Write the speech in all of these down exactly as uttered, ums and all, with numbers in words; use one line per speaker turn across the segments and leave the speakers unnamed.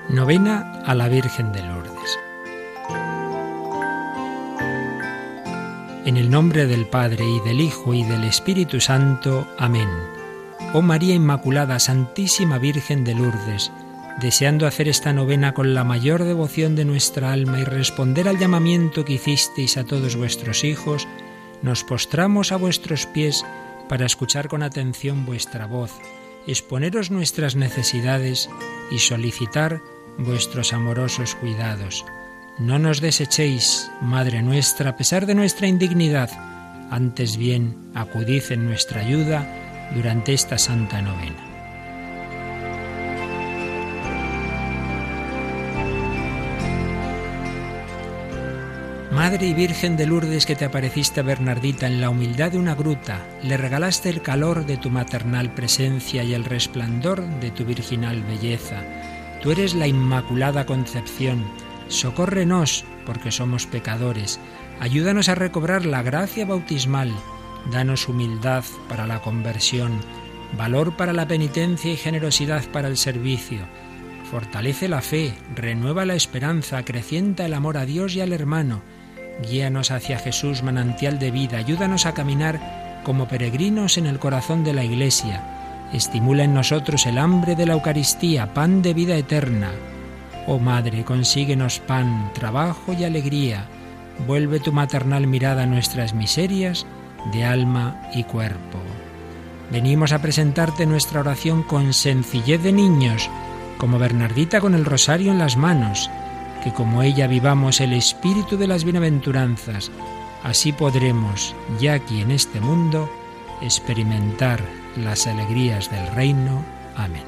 Novena a la Virgen de Lourdes. En el nombre del Padre, y del Hijo, y del Espíritu Santo. Amén. Oh María Inmaculada, Santísima Virgen de Lourdes, deseando hacer esta novena con la mayor devoción de nuestra alma y responder al llamamiento que hicisteis a todos vuestros hijos, nos postramos a vuestros pies para escuchar con atención vuestra voz, exponeros nuestras necesidades y solicitar vuestros amorosos cuidados. No nos desechéis, Madre nuestra, a pesar de nuestra indignidad. Antes bien, acudid en nuestra ayuda durante esta santa novena. Madre y Virgen de Lourdes, que te apareciste a Bernardita en la humildad de una gruta, le regalaste el calor de tu maternal presencia y el resplandor de tu virginal belleza. Tú eres la Inmaculada Concepción. Socórrenos, porque somos pecadores. Ayúdanos a recobrar la gracia bautismal. Danos humildad para la conversión, valor para la penitencia y generosidad para el servicio. Fortalece la fe, renueva la esperanza, acrecienta el amor a Dios y al hermano. Guíanos hacia Jesús, manantial de vida. Ayúdanos a caminar como peregrinos en el corazón de la Iglesia. Estimula en nosotros el hambre de la Eucaristía, pan de vida eterna. Oh Madre, consíguenos pan, trabajo y alegría. Vuelve tu maternal mirada a nuestras miserias de alma y cuerpo. Venimos a presentarte nuestra oración con sencillez de niños, como Bernardita con el rosario en las manos, que como ella vivamos el espíritu de las bienaventuranzas. Así podremos, ya aquí en este mundo, experimentar las alegrías del reino. Amén.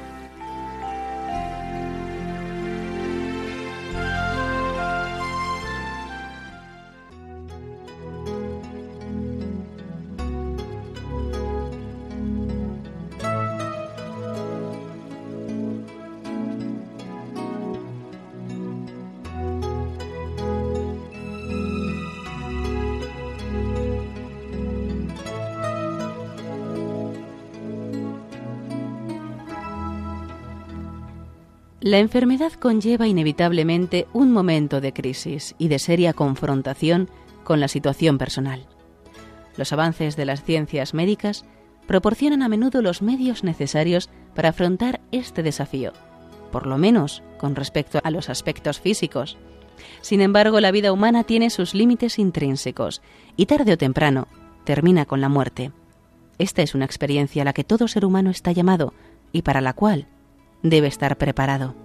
La enfermedad conlleva inevitablemente un momento de crisis y de seria confrontación con la situación personal. Los avances de las ciencias médicas proporcionan a menudo los medios necesarios para afrontar este desafío, por lo menos con respecto a los aspectos físicos. Sin embargo, la vida humana tiene sus límites intrínsecos y tarde o temprano termina con la muerte. Esta es una experiencia a la que todo ser humano está llamado y para la cual debe estar preparado.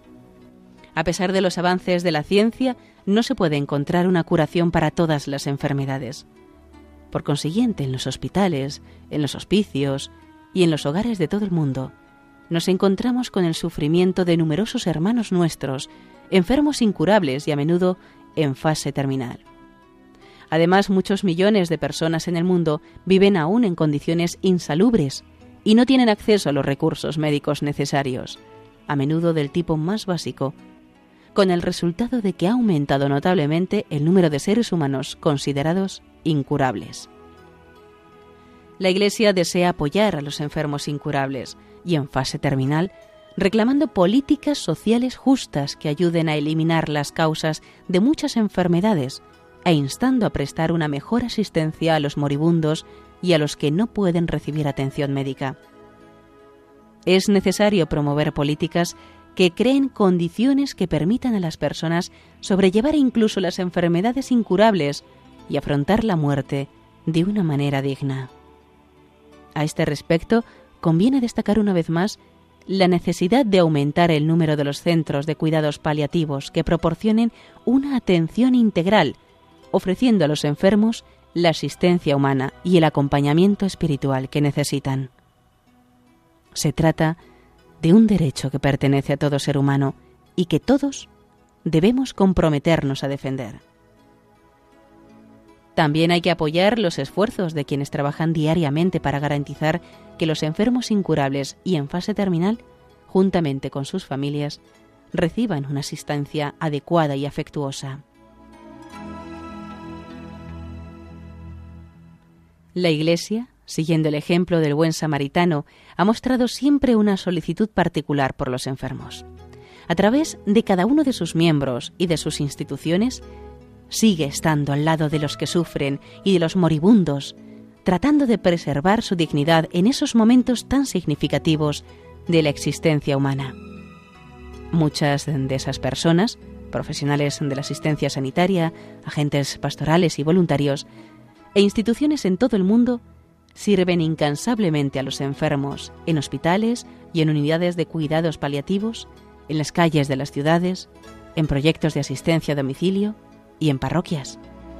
A pesar de los avances de la ciencia, no se puede encontrar una curación para todas las enfermedades. Por consiguiente, en los hospitales, en los hospicios y en los hogares de todo el mundo, nos encontramos con el sufrimiento de numerosos hermanos nuestros, enfermos incurables y a menudo en fase terminal. Además, muchos millones de personas en el mundo viven aún en condiciones insalubres y no tienen acceso a los recursos médicos necesarios, a menudo del tipo más básico, con el resultado de que ha aumentado notablemente el número de seres humanos considerados incurables. La Iglesia desea apoyar a los enfermos incurables y en fase terminal, reclamando políticas sociales justas que ayuden a eliminar las causas de muchas enfermedades e instando a prestar una mejor asistencia a los moribundos y a los que no pueden recibir atención médica. Es necesario promover políticas que creen condiciones que permitan a las personas sobrellevar incluso las enfermedades incurables y afrontar la muerte de una manera digna. A este respecto, conviene destacar una vez más la necesidad de aumentar el número de los centros de cuidados paliativos que proporcionen una atención integral, ofreciendo a los enfermos la asistencia humana y el acompañamiento espiritual que necesitan. Se trata de un derecho que pertenece a todo ser humano y que todos debemos comprometernos a defender. También hay que apoyar los esfuerzos de quienes trabajan diariamente para garantizar que los enfermos incurables y en fase terminal, juntamente con sus familias, reciban una asistencia adecuada y afectuosa. La Iglesia, siguiendo el ejemplo del buen samaritano, ha mostrado siempre una solicitud particular por los enfermos. a través de cada uno de sus miembros y de sus instituciones, sigue estando al lado de los que sufren y de los moribundos, tratando de preservar su dignidad en esos momentos tan significativos de la existencia humana. Muchas de esas personas, profesionales de la asistencia sanitaria, agentes pastorales y voluntarios, e instituciones en todo el mundo, sirven incansablemente a los enfermos en hospitales y en unidades de cuidados paliativos, en las calles de las ciudades, en proyectos de asistencia a domicilio y en parroquias.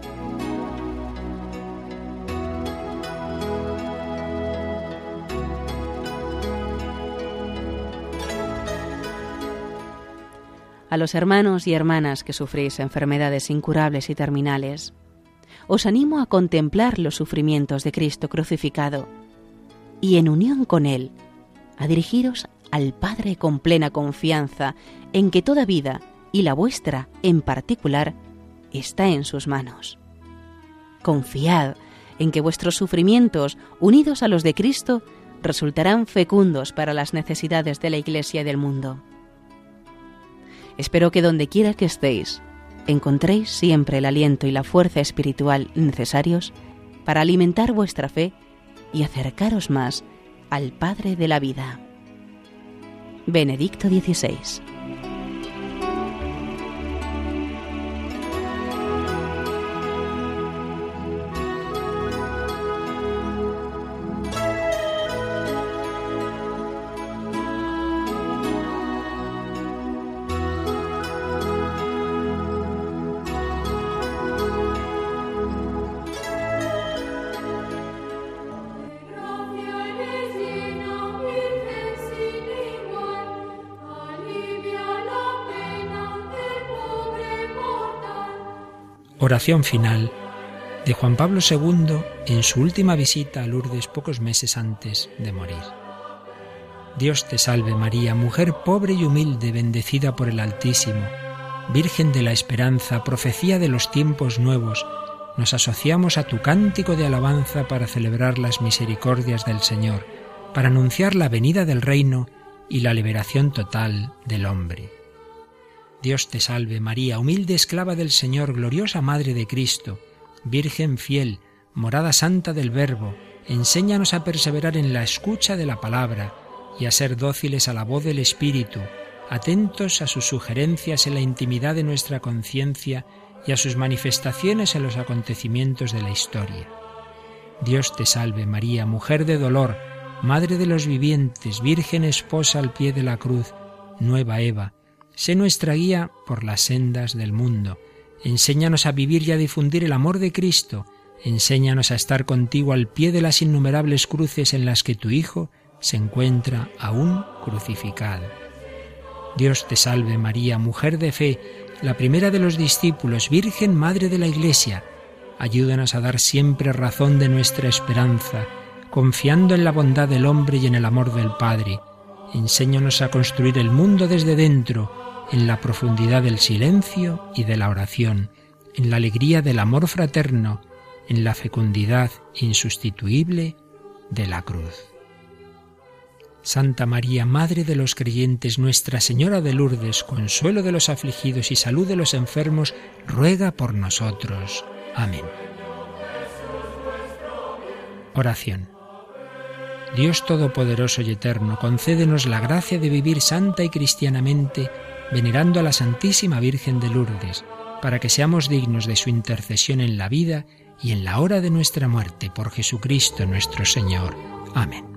A los hermanos y hermanas que sufrís enfermedades incurables y terminales, os animo a contemplar los sufrimientos de Cristo crucificado y, en unión con Él, a dirigiros al Padre con plena confianza en que toda vida, y la vuestra en particular, está en sus manos. Confiad en que vuestros sufrimientos, unidos a los de Cristo, resultarán fecundos para las necesidades de la Iglesia y del mundo. Espero que donde quiera que estéis, encontréis siempre el aliento y la fuerza espiritual necesarios para alimentar vuestra fe y acercaros más al Padre de la vida. Benedicto dieciséis.
Oración final de Juan Pablo segundo en su última visita a Lourdes pocos meses antes de morir. Dios te salve María, mujer pobre y humilde, bendecida por el Altísimo, Virgen de la esperanza, profecía de los tiempos nuevos. Nos asociamos a tu cántico de alabanza para celebrar las misericordias del Señor, para anunciar la venida del reino y la liberación total del hombre. Dios te salve María, humilde esclava del Señor, gloriosa Madre de Cristo, Virgen fiel, morada santa del Verbo, enséñanos a perseverar en la escucha de la palabra y a ser dóciles a la voz del Espíritu, atentos a sus sugerencias en la intimidad de nuestra conciencia y a sus manifestaciones en los acontecimientos de la historia. Dios te salve María, mujer de dolor, Madre de los vivientes, Virgen esposa al pie de la cruz, nueva Eva. Sé nuestra guía por las sendas del mundo. Enséñanos a vivir y a difundir el amor de Cristo. Enséñanos a estar contigo al pie de las innumerables cruces en las que tu Hijo se encuentra aún crucificado. Dios te salve María, mujer de fe, la primera de los discípulos, Virgen Madre de la Iglesia. Ayúdanos a dar siempre razón de nuestra esperanza, confiando en la bondad del hombre y en el amor del Padre. Enséñanos a construir el mundo desde dentro, en la profundidad del silencio y de la oración, en la alegría del amor fraterno, en la fecundidad insustituible de la cruz. Santa María, Madre de los creyentes, Nuestra Señora de Lourdes, consuelo de los afligidos y salud de los enfermos, ruega por nosotros. Amén. Oración. Dios Todopoderoso y Eterno, concédenos la gracia de vivir santa y cristianamente, venerando a la Santísima Virgen de Lourdes, para que seamos dignos de su intercesión en la vida y en la hora de nuestra muerte, por Jesucristo nuestro Señor. Amén.